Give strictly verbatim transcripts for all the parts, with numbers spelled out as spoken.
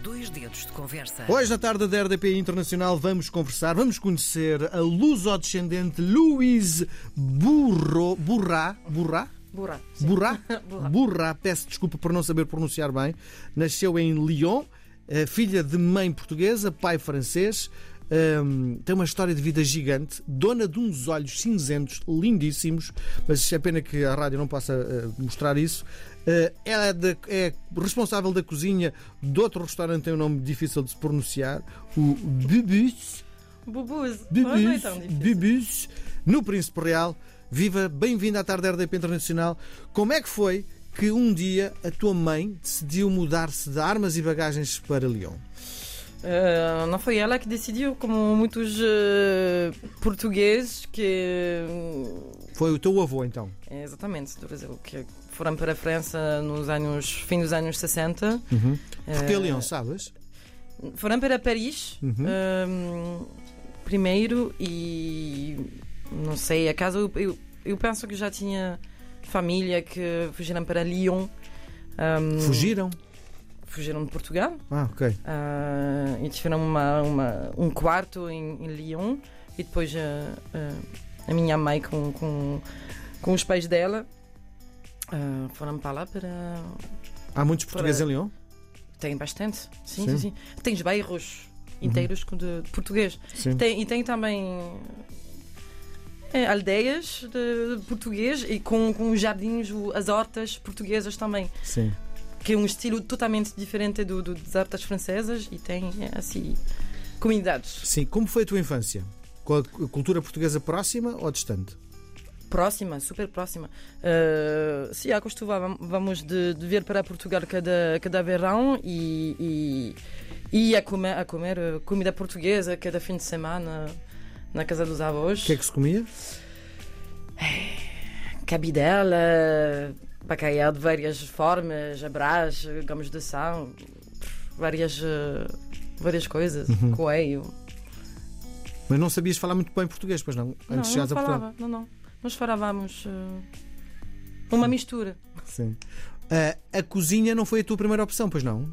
Dois dedos de conversa. Hoje, à tarde da R D P Internacional, vamos conversar, vamos conhecer a luso-descendente Louise Burro, Burra, Burra? Burra. Burra? Burra. Burra, peço desculpa por não saber pronunciar bem. Nasceu em Lyon, filha de mãe portuguesa, pai francês. Um, tem uma história de vida gigante, dona de uns olhos cinzentos lindíssimos, mas é pena que a rádio não possa uh, mostrar isso. Uh, ela é, de, é responsável da cozinha de outro restaurante, tem um nome difícil de se pronunciar, o Bubus. Bubus. Bubus, Bubus, no Príncipe Real. Viva, bem-vinda à tarde da R D P Internacional. Como é que foi que um dia a tua mãe decidiu mudar-se de armas e bagagens para Lyon? Uh, não foi ela que decidiu, como muitos uh, portugueses que... Foi o teu avô, então? É, exatamente, do Brasil, que foram para a França nos anos, fim dos anos sessenta. Uhum. Porque uh, Lyon, sabes? Foram para Paris, uhum. uh, primeiro, e não sei, acaso eu, eu, eu penso que já tinha família que fugiram para Lyon. Um, Fugiram? Fugiram de Portugal. Ah, ok. Uh, e tiveram uma, uma, um quarto em, em Lyon. E depois uh, uh, a minha mãe com, com, com os pais dela uh, foram para lá para... Há muitos portugueses para... em Lyon? Tem bastante. Sim, sim. sim, sim. Tens bairros inteiros uhum. de, de português. Tem, e tem também é, aldeias de, de português e com, com os jardins, as hortas portuguesas também. Sim. Que é um estilo totalmente diferente do, do, das hortas francesas e tem, assim, comunidades. Sim. Como foi a tua infância? Com a cultura portuguesa próxima ou distante? Próxima, super próxima. Uh, sim, costumávamos de, de vir para Portugal cada, cada verão e, e, e a, comer, a comer comida portuguesa cada fim de semana na casa dos avós. O que é que se comia? Cabidela, bacalhau de várias formas, abrás, gamos de sal, várias, várias coisas, uhum. coelho. Mas não sabias falar muito bem português, pois não? Não, Antes de não chegares a falava, Portugal? não, não. Nós falávamos uh, uma mistura. Sim. Uh, a cozinha não foi a tua primeira opção, pois não?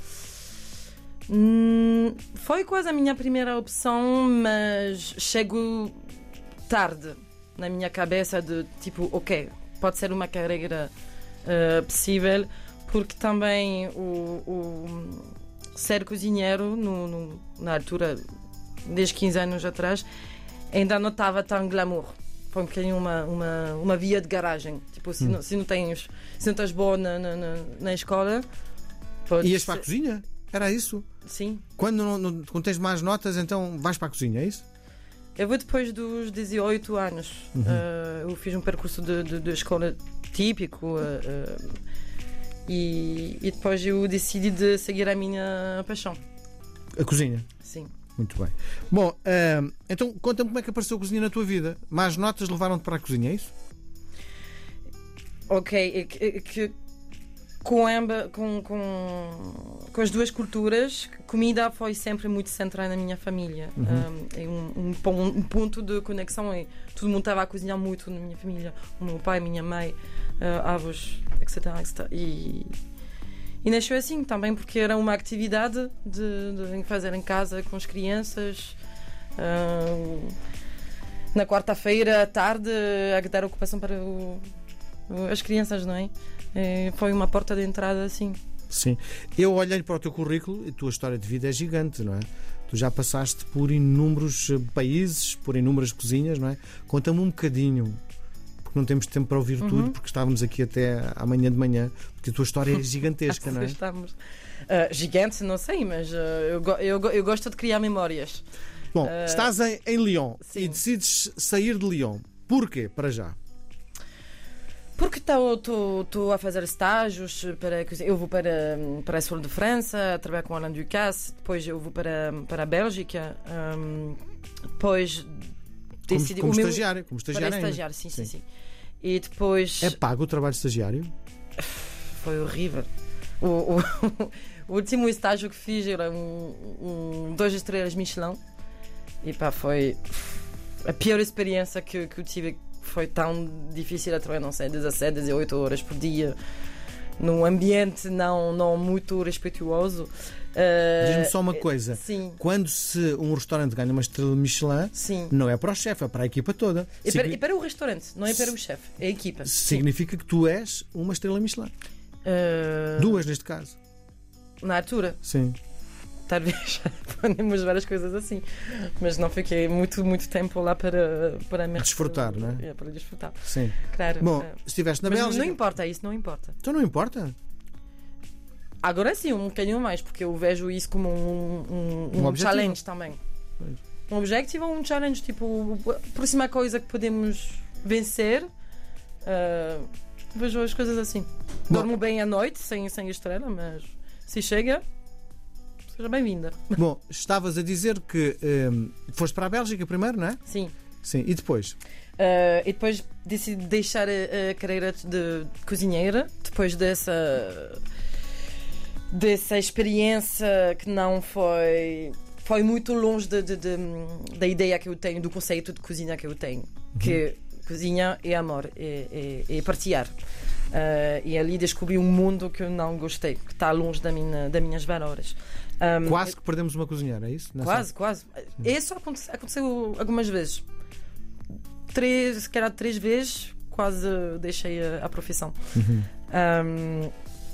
Hum, foi quase a minha primeira opção, mas chego tarde na minha cabeça de tipo, ok, pode ser uma carreira uh, possível, porque também o, o ser cozinheiro no, no, na altura, desde quinze anos atrás, ainda não estava tão glamour. Foi um bocadinho uma, uma, uma via de garagem. Tipo, se, hum. não, se, não, tens, se não estás boa na, na, na escola... Ias para a cozinha? Era isso? Sim. Quando, não, não, quando tens más notas, então vais para a cozinha, é isso? Eu vou depois dos dezoito anos. Uhum. Uh, eu fiz um percurso de, de, de escola típico uh, uh, e, e depois eu decidi de seguir a minha paixão. A cozinha? Sim. Muito bem. Bom, uh, então conta-me como é que apareceu a cozinha na tua vida. Más notas levaram-te para a cozinha, é isso? Ok, que, que, com, amba, com, com, com as duas culturas, comida foi sempre muito central na minha família. Uhum. Um, um, um ponto de conexão. E todo mundo estava a cozinhar muito na minha família. O meu pai, a minha mãe, uh, avós, etc, etcétera. E... E nasceu assim também porque era uma atividade de, de fazer em casa com as crianças. Uh, na quarta-feira à tarde, a dar ocupação para o, as crianças, não é? E foi uma porta de entrada assim. Sim. Eu olhei para o teu currículo e a tua história de vida é gigante, não é? Tu já passaste por inúmeros países, por inúmeras cozinhas, não é? Conta-me um bocadinho. Não temos tempo para ouvir uhum. tudo, porque estávamos aqui até amanhã de manhã, porque a tua história é gigantesca, não é? Estamos. Uh, gigante, não sei, mas uh, eu, eu, eu gosto de criar memórias. Bom, uh, estás em, em Lyon sim. e decides sair de Lyon. Porquê, para já? Porque estou a fazer estágios, para, eu vou para, para a sul de França, trabalhar com Alain Ducasse, depois eu vou para, para a Bélgica, um, depois... Como, como, meu... estagiário, como estagiário, para estagiário, sim, sim, sim, sim. E depois... É pago o trabalho de estagiário? Foi horrível. O, o, o último estágio que fiz era um, um dois estrelas Michelin. E pá, foi a pior experiência que, que eu tive. Foi tão difícil a trabalhar, não sei, dezassete, dezoito horas por dia. num ambiente não, não muito respeituoso. Uh, Diz-me só uma coisa. Sim. Quando se um restaurante ganha uma estrela Michelin, Sim. não é para o chefe, é para a equipa toda. É para, é para o restaurante, não é para o chefe, é a equipa. Significa que tu és uma estrela Michelin. Uh, Duas, neste caso. Na altura, Sim. talvez podemos várias coisas assim, mas não fiquei muito, muito tempo lá para, para me desfrutar, não é? é? Para desfrutar. Sim. Claro. Bom, uh, se estiveste na mas Bélgica. não importa, isso não importa. Então não importa. Agora sim, um bocadinho mais, porque eu vejo isso como um, um, Um um objetivo. challenge também. Pois. Um objetivo ou um challenge, tipo, a próxima coisa que podemos vencer. Uh, vejo as coisas assim. Bom. Dormo bem à noite, sem, sem estrela, mas se chega, seja bem-vinda. Bom, estavas a dizer que hum, foste para a Bélgica primeiro, não é? Sim. Sim. E depois? Uh, e depois decidi deixar a, a carreira de cozinheira, depois dessa. dessa experiência que não foi foi muito longe de, de, de, da ideia que eu tenho, do conceito de cozinha que eu tenho, uhum. que cozinha é amor, é, é, é partilhar. Uh, e ali descobri um mundo que eu não gostei, que está longe da minha, das minhas valores. Um, quase que perdemos uma cozinheira, é isso? Não quase, sabe? quase. Isso aconteceu, aconteceu algumas vezes. Três, se calhar três vezes, quase deixei a, a profissão. Uhum. Um,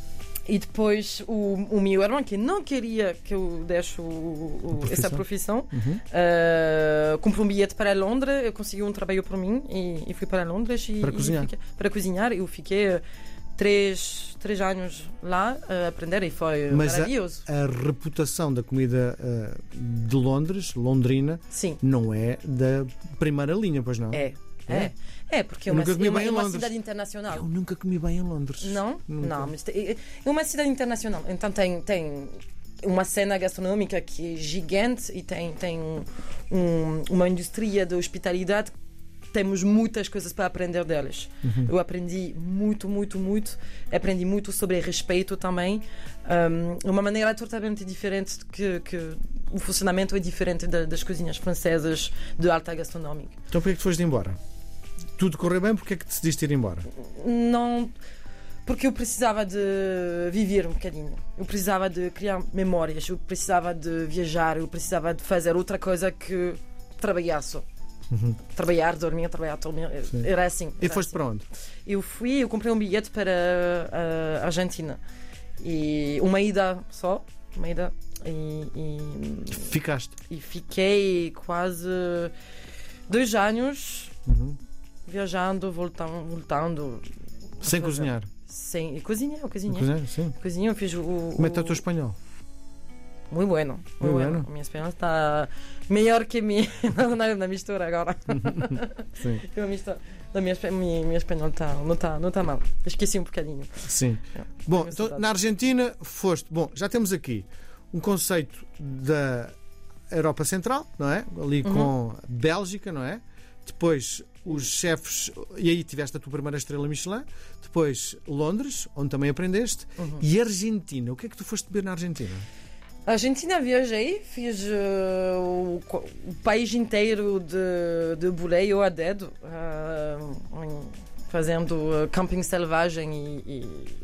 E depois o, o meu irmão, que não queria que eu deixe o, o, profissão. essa profissão, Uhum. uh, comprou um bilhete para Londres, eu consegui um trabalho para mim e, e fui para Londres. E, para cozinhar? E fiquei, para cozinhar. Eu fiquei três, três anos lá a aprender e foi Mas maravilhoso. A, a reputação da comida uh, de Londres, londrina, Sim. não é da primeira linha, pois não? É. É, é porque é Eu uma, nunca comi é uma, bem em uma Londres. cidade internacional. Eu nunca comi bem em Londres. Não? Nunca. Não, mas é é uma cidade internacional. Então tem, tem uma cena gastronómica que é gigante e tem, tem um, um, uma indústria de hospitalidade. Temos muitas coisas para aprender delas. Uhum. Eu aprendi muito, muito, muito. Aprendi muito sobre respeito também. Um, uma maneira totalmente diferente, que, que o funcionamento é diferente da, das cozinhas francesas de alta gastronómica. Então porquê é que tu foste embora? Tudo correu bem, porque é que decidiste ir embora? Não, porque eu precisava de viver um bocadinho. Eu precisava de criar memórias. Eu precisava de viajar. Eu precisava de fazer outra coisa que trabalhar só. Uhum. Trabalhar, dormir, trabalhar, dormir. Sim. Era assim. E era foste assim. para onde? Eu fui, eu comprei um bilhete para a Argentina. E uma ida só. Uma ida. E, e, Ficaste? E fiquei quase dois anos. Uhum. Viajando, voltando, voltando. Sem cozinhar? Sem cozinhar, eu cozinhei. Cozinhar, sim. Cozinhei, eu fiz o. Como é que está o teu espanhol? Muito bueno. Muy Muito bueno. A minha espanhol está melhor que a minha na, na mistura agora. Sim. A mistura, a minha, minha, minha espanhol tá, não está não tá mal. Esqueci um bocadinho. Sim. É. Bom, então, na Argentina foste. Bom, já temos aqui um conceito da Europa Central, não é? Ali com uhum. Bélgica, não é? Depois os chefes, e aí tiveste a tua primeira estrela Michelin. Depois Londres, onde também aprendeste. Uhum. E Argentina, o que é que tu foste beber na Argentina? A Argentina viajei, fiz uh, o, o país inteiro de, de boleio a dedo, uh, fazendo uh, camping selvagem e,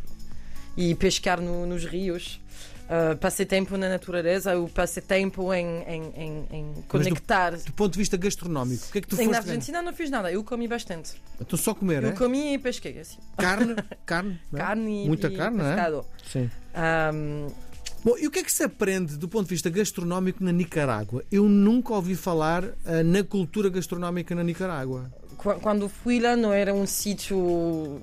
e, e pescar no, nos rios. Uh, passei tempo na natureza, eu passei tempo em, em, em, em conectar. Mas do, do ponto de vista gastronómico, o que é que tu em foste? Na Argentina não fiz nada, eu comi bastante. Então só comer, Eu é? comi e pesquei, assim. Carne, carne, não é? Carne Muita e carne, pescado. Não é? Sim. Um, Bom, e o que é que se aprende do ponto de vista gastronómico na Nicarágua? Eu nunca ouvi falar uh, na cultura gastronómica na Nicarágua. Quando fui lá não era um sítio...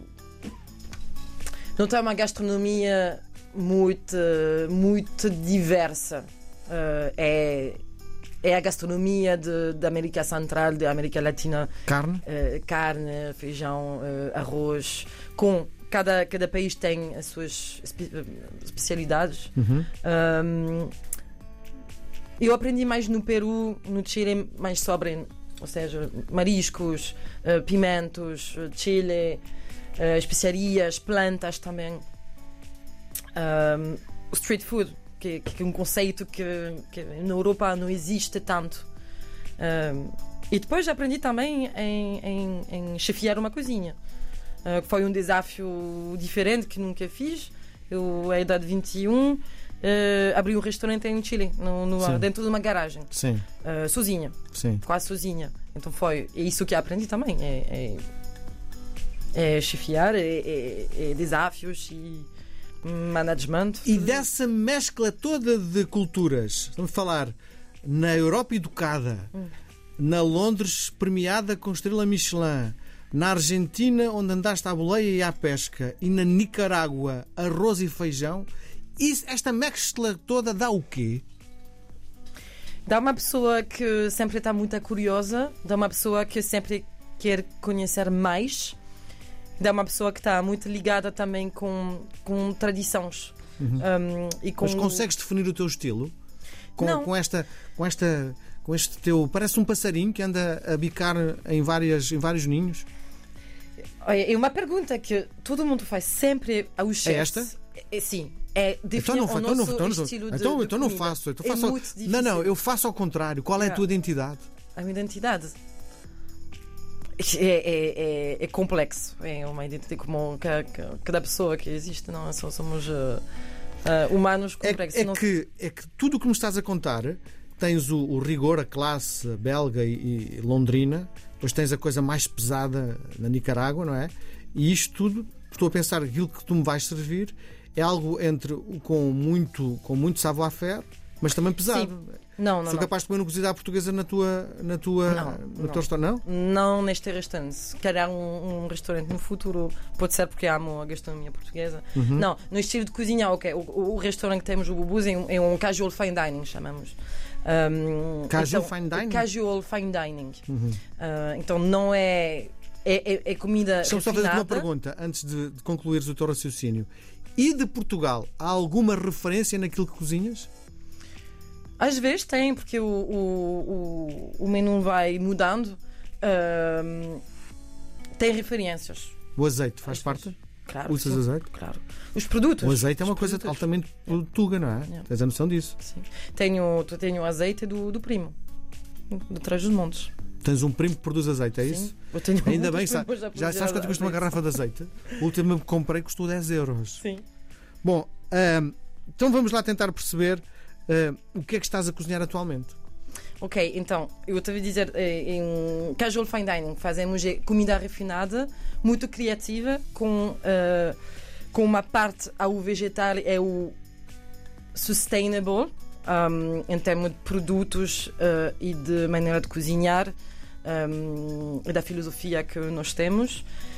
Não tem uma gastronomia muito, muito diversa. Uh, é, é a gastronomia de, da América Central, da América Latina. Carne? Uh, carne, feijão, uh, arroz, com... Cada, cada país tem as suas espe especialidades. Uhum. Um, eu aprendi mais no Peru, no Chile, mais sobre, ou seja, mariscos, uh, pimentos, chile, uh, especiarias, plantas também. Um, o street food, que, que é um conceito que, que na Europa não existe tanto. Um, e depois aprendi também em, em, em chefiar uma cozinha. Uh, foi um desafio diferente que nunca fiz. Eu, à idade de vinte e um, uh, abri um restaurante em Chile, no, no, dentro de uma garagem. Sim. Uh, sozinha. Sim. Quase sozinha. Então foi é isso que aprendi também. É, é, é chefiar, é, é, é desafios e management. E dessa mescla toda de culturas, estamos a falar na Europa educada, hum. na Londres premiada com estrela Michelin, na Argentina onde andaste à boleia e à pesca, e na Nicarágua arroz e feijão, isso, esta mescla toda dá o quê? Dá uma pessoa que sempre está muito curiosa, dá uma pessoa que sempre quer conhecer mais, dá uma pessoa que está muito ligada também com, com tradições. Uhum. Um, e com... Mas consegues definir o teu estilo? Com, Não. com esta... Com esta com este teu... Parece um passarinho que anda a bicar em, várias, em vários ninhos. Olha, é uma pergunta que todo mundo faz sempre aos chefes. É esta? É, sim. É definir então não, o então nosso não, então, estilo então, de, então, de então não comida. faço. Então é faço muito difícil. Não, não, eu faço ao contrário. Qual é a tua identidade? A minha identidade é, é, é, é complexo. É uma identidade como cada pessoa que existe. Não, só somos uh, uh, humanos complexos. É, é, não... que, é que tudo o que me estás a contar, tens o, o rigor, a classe belga e, e londrina, depois tens a coisa mais pesada na Nicarágua, não é? E isto tudo, estou a pensar que aquilo que tu me vais servir é algo entre com muito, com muito savoir-faire, mas também pesado. Sim. Não, não, Sou capaz de comer uma cozida à portuguesa na tua, na tua, não, no não. teu restaurante? Não? Não neste restaurante. Se calhar um, um restaurante no futuro, pode ser porque amo a gastronomia portuguesa. Uhum. Não, no estilo de cozinha, ok. O, o, o restaurante que temos, o Bubus, é um, é um casual fine dining, chamamos. Um, Casual então, fine dining? Casual fine dining. Uhum. Uh, então não é. É, é, é comida. Deixa-me só fazer uma pergunta antes de, de concluires o teu raciocínio. E de Portugal, há alguma referência naquilo que cozinhas? Às vezes tem, porque o, o, o, o menu vai mudando. Um, tem referências. O azeite faz Às parte? vezes. Claro. Usas azeite? Claro. Os produtos. O azeite é uma os coisa produtos. altamente tuga, não é? Yeah. Tens a noção disso? Sim. Tenho, tenho azeite do, do primo, de Trás dos Montes. Tens um primo que produz azeite, é Sim. isso? Eu tenho Ainda bem, já, já sabes quanto custa uma garrafa de azeite? O último que comprei custou dez euros. Sim. Bom, hum, então vamos lá tentar perceber hum, o que é que estás a cozinhar atualmente. Ok, então, eu estava a dizer, em Casual Fine Dining fazemos comida refinada, muito criativa, com, uh, com uma parte ao vegetal, é o sustainable, um, em termos de produtos uh, e de maneira de cozinhar, um, e da filosofia que nós temos.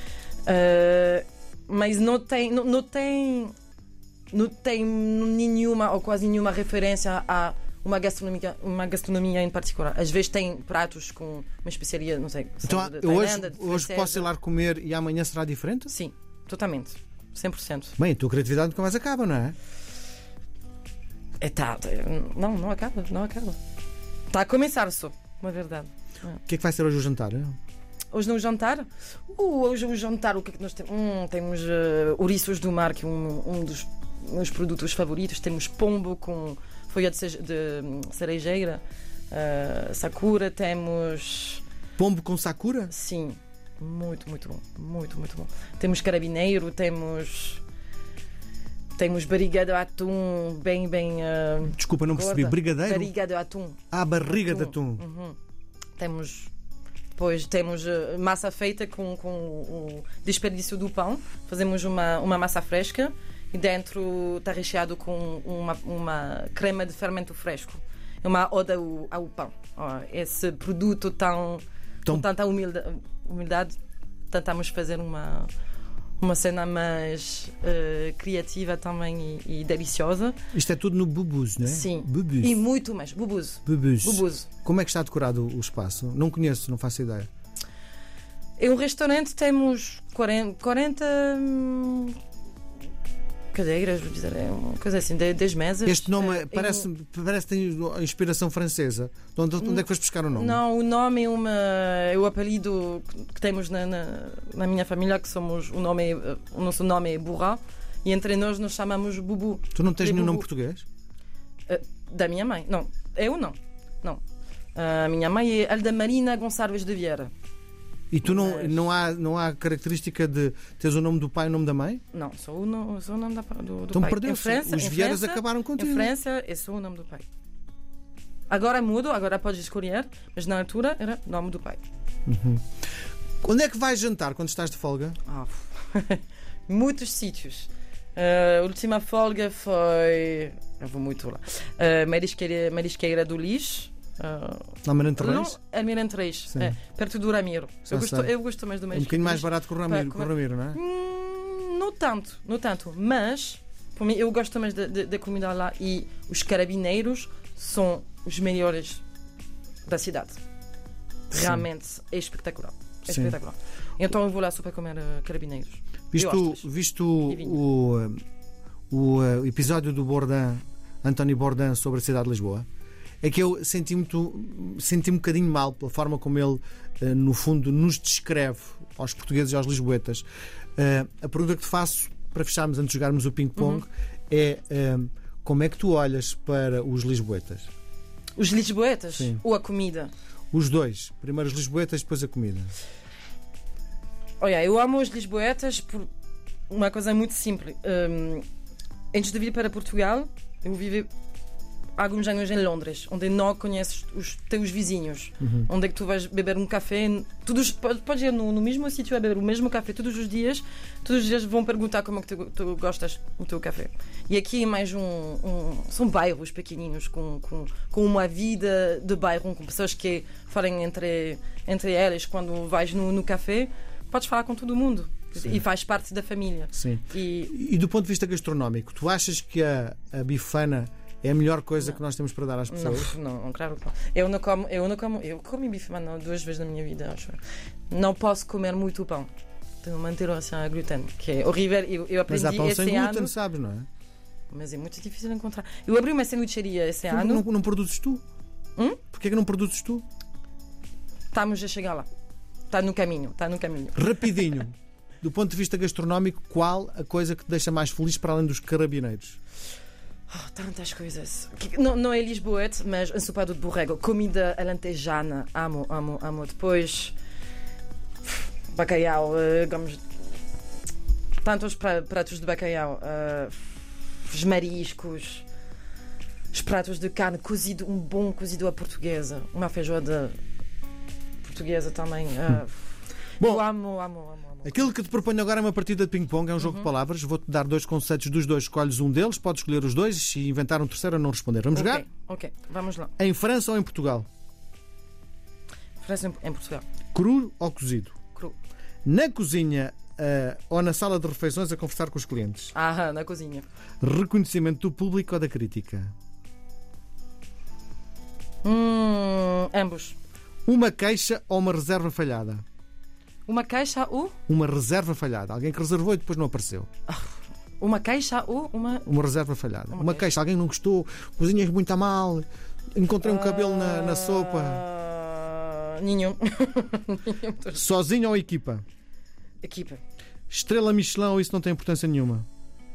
Uh, mas não tem, não, não tem, não tem nenhuma ou quase nenhuma referência a uma gastronomia, uma gastronomia em particular. Às vezes tem pratos com uma especiaria, não sei. Então, de eu hoje, Tailândia, de hoje posso ir lá comer e amanhã será diferente? Sim, totalmente. cem por cento. Bem, a tua criatividade nunca mais acaba, não é? É, tá, não, não acaba, não acaba. Está a começar só, uma verdade. O que é que vai ser hoje o jantar? Hoje no jantar? Uh, hoje o jantar, o que é que nós temos? Hum, temos uh, ouriços do mar, que é um, um dos meus produtos favoritos. Temos pombo com folha de, de cerejeira, uh, sakura. Temos... Pombo com sakura? Sim, muito, muito bom. Muito, muito bom. Temos carabineiro, temos... Temos barriga de atum bem, bem... Uh, Desculpa, não percebi. gorda. Brigadeiro? Barriga de atum. Ah, barriga de atum. Uhum. Temos... Depois temos uh, massa feita com, com o desperdício do pão. Fazemos uma, uma massa fresca e dentro está recheado com uma, uma crema de fermento fresco. É uma oda ao, ao pão. Oh, esse produto tão, Tão- com tanta humildade, humildade tentamos fazer uma, uma cena mais uh, criativa também e, e deliciosa. Isto é tudo no Bubus, não é? Sim. Bubus. E muito mais. Bubuso. Bubus. Bubuso. Como é que está decorado o espaço? Não conheço, não faço ideia. Em um restaurante temos quarenta, quarenta hum, cadeiras, vou dizer, é uma coisa assim, dez mesas. Este nome Eh, parece, em- parece que tem inspiração francesa. De onde, de onde é que foste buscar o nome? Não, o nome é, uma, é o apelido que temos na, na, na minha família, que somos, o, nome é, o nosso nome é Burra, e entre nós nos chamamos Bubu. Tu não tens De nenhum nome Bubu. português? Eh, da minha mãe. Não, eu não. Não. A minha mãe é Alda Marina Gonçalves de Vieira. E tu não, Mas- não, há, não há característica de teres o nome do pai e o nome da mãe? Não, sou o, no, sou o nome da, do, do Então pai. perdeu-se. Em França, Os em Vieiras França- acabaram contigo. Em França, é só o nome do pai. Agora mudo, agora podes escolher, mas na altura era o nome do pai. Onde é que vais jantar quando estás de folga? Ah, muitos sítios. Uh, a última folga foi. Eu vou muito lá. Uh, Marisqueira, Marisqueira do Lixo. Uh, Na Almirante não, Reis? Almirante Reis, Sim. é, perto do Ramiro. Eu Ah, gosto, sei. eu gosto mais do É um Marisqueira. bocadinho mais barato que o Ramiro, Pá, que o Ramiro, não é? Hum, não tanto, não tanto. Mas, por mim, eu gosto mais da- da da comida lá e os carabineiros são os melhores da cidade. Sim. Realmente é espetacular. É Sim. espetacular. Então eu vou lá só para comer uh, carabineiros. E Visto, ostras. visto E vinho. o, o, o episódio do Bourdain, António Bourdain, sobre a cidade de Lisboa, é que eu senti muito, senti um bocadinho mal pela forma como ele, eh, no fundo, nos descreve aos portugueses e aos lisboetas. Eh, a pergunta que te faço, para fecharmos antes de jogarmos o ping-pong, Uhum. é eh, como é que tu olhas para os lisboetas? Os lisboetas Sim. ou a comida? Os dois. Primeiro os lisboetas, depois a comida. Olha, eu amo os lisboetas por uma coisa muito simples. Um, antes de vir para Portugal, eu vivi alguns anos em Londres, onde não conheces os teus vizinhos, Uhum. onde é que tu vais beber um café, todos, podes ir no, no mesmo sítio a beber o mesmo café todos os dias, todos os dias vão perguntar como é que tu, tu gostas do teu café. E aqui é mais um, um são bairros pequeninos com, com, com uma vida de bairro, com pessoas que falam entre, entre elas. Quando vais no, no café, podes falar com todo mundo. Sim. E faz parte da família. Sim. E E do ponto de vista gastronómico, tu achas que a, a bifana é a melhor coisa Não. que nós temos para dar às pessoas? Não, não, claro que não. Eu não como, eu não como, eu comi bife mano, duas vezes na minha vida, acho. Não posso comer muito pão. Tenho uma intolerância a glúten, que é horrível. Eu, eu Mas aprendi há pão esse sem glúten, ano, sabes, não é? mas é muito difícil de encontrar. Eu abri uma sanduicheria esse Não, ano. não, não produzes tu? Hum? Porquê é que não produzes tu? Estamos a chegar lá. Está no caminho, está no caminho. Rapidinho, do ponto de vista gastronómico, qual a coisa que te deixa mais feliz para além dos carabineiros? Oh, tantas coisas. Que- Não, não é lisboete, mas ensopado de borrego. Comida alentejana. Amo, amo, amo. Depois, bacalhau. eh, Vamos... Tantos pra- pratos de bacalhau. eh, os mariscos. Os pratos de carne cozido. Um bom cozido à portuguesa. Uma feijoada portuguesa também. eh, Bom, eu amo, amo, amo. amo. aquilo que te proponho agora é uma partida de ping-pong, é um jogo de palavras. Vou-te dar dois conceitos dos dois, escolhes um deles, podes escolher os dois e inventar um terceiro ou não responder. Vamos Ok, jogar? ok, vamos lá. Em França ou em Portugal? França em em Portugal. Cru ou cozido? Cru. Na cozinha ah, ou na sala de refeições a conversar com os clientes? Ah, na cozinha. Reconhecimento do público ou da crítica? Hum, ambos. Uma queixa ou uma reserva falhada? Uma caixa ou Uma reserva falhada. Alguém que reservou e depois não apareceu. uma caixa ou uma Uma reserva falhada. Uma Uma queixa. queixa. Alguém não gostou. Cozinhas muito a mal. Encontrei um cabelo na, na sopa. Ah, nenhum. Nenhum. Sozinho ou equipa? Equipa. Estrela Michelin ou isso não tem importância nenhuma?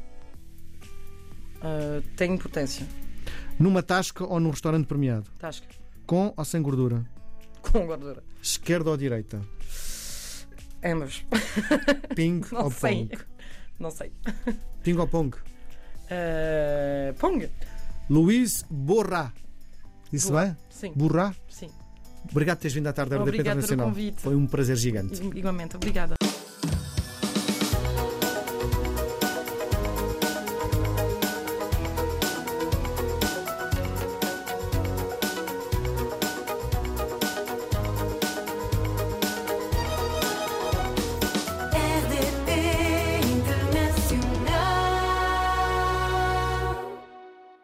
Ah, tem importância. Numa tasca ou num restaurante premiado? Tasca. Com ou sem gordura? Com gordura. Esquerda ou direita? Ambos. Ping Não ou sei. pong? Não sei. Ping ou pong? Ah, pong. Luís Borra. Isso Boa. bem? Sim. Borra? Sim. Obrigado por teres vindo à tarde da R D P Obrigada pelo Internacional. convite. Foi um prazer gigante. Igualmente. Obrigada.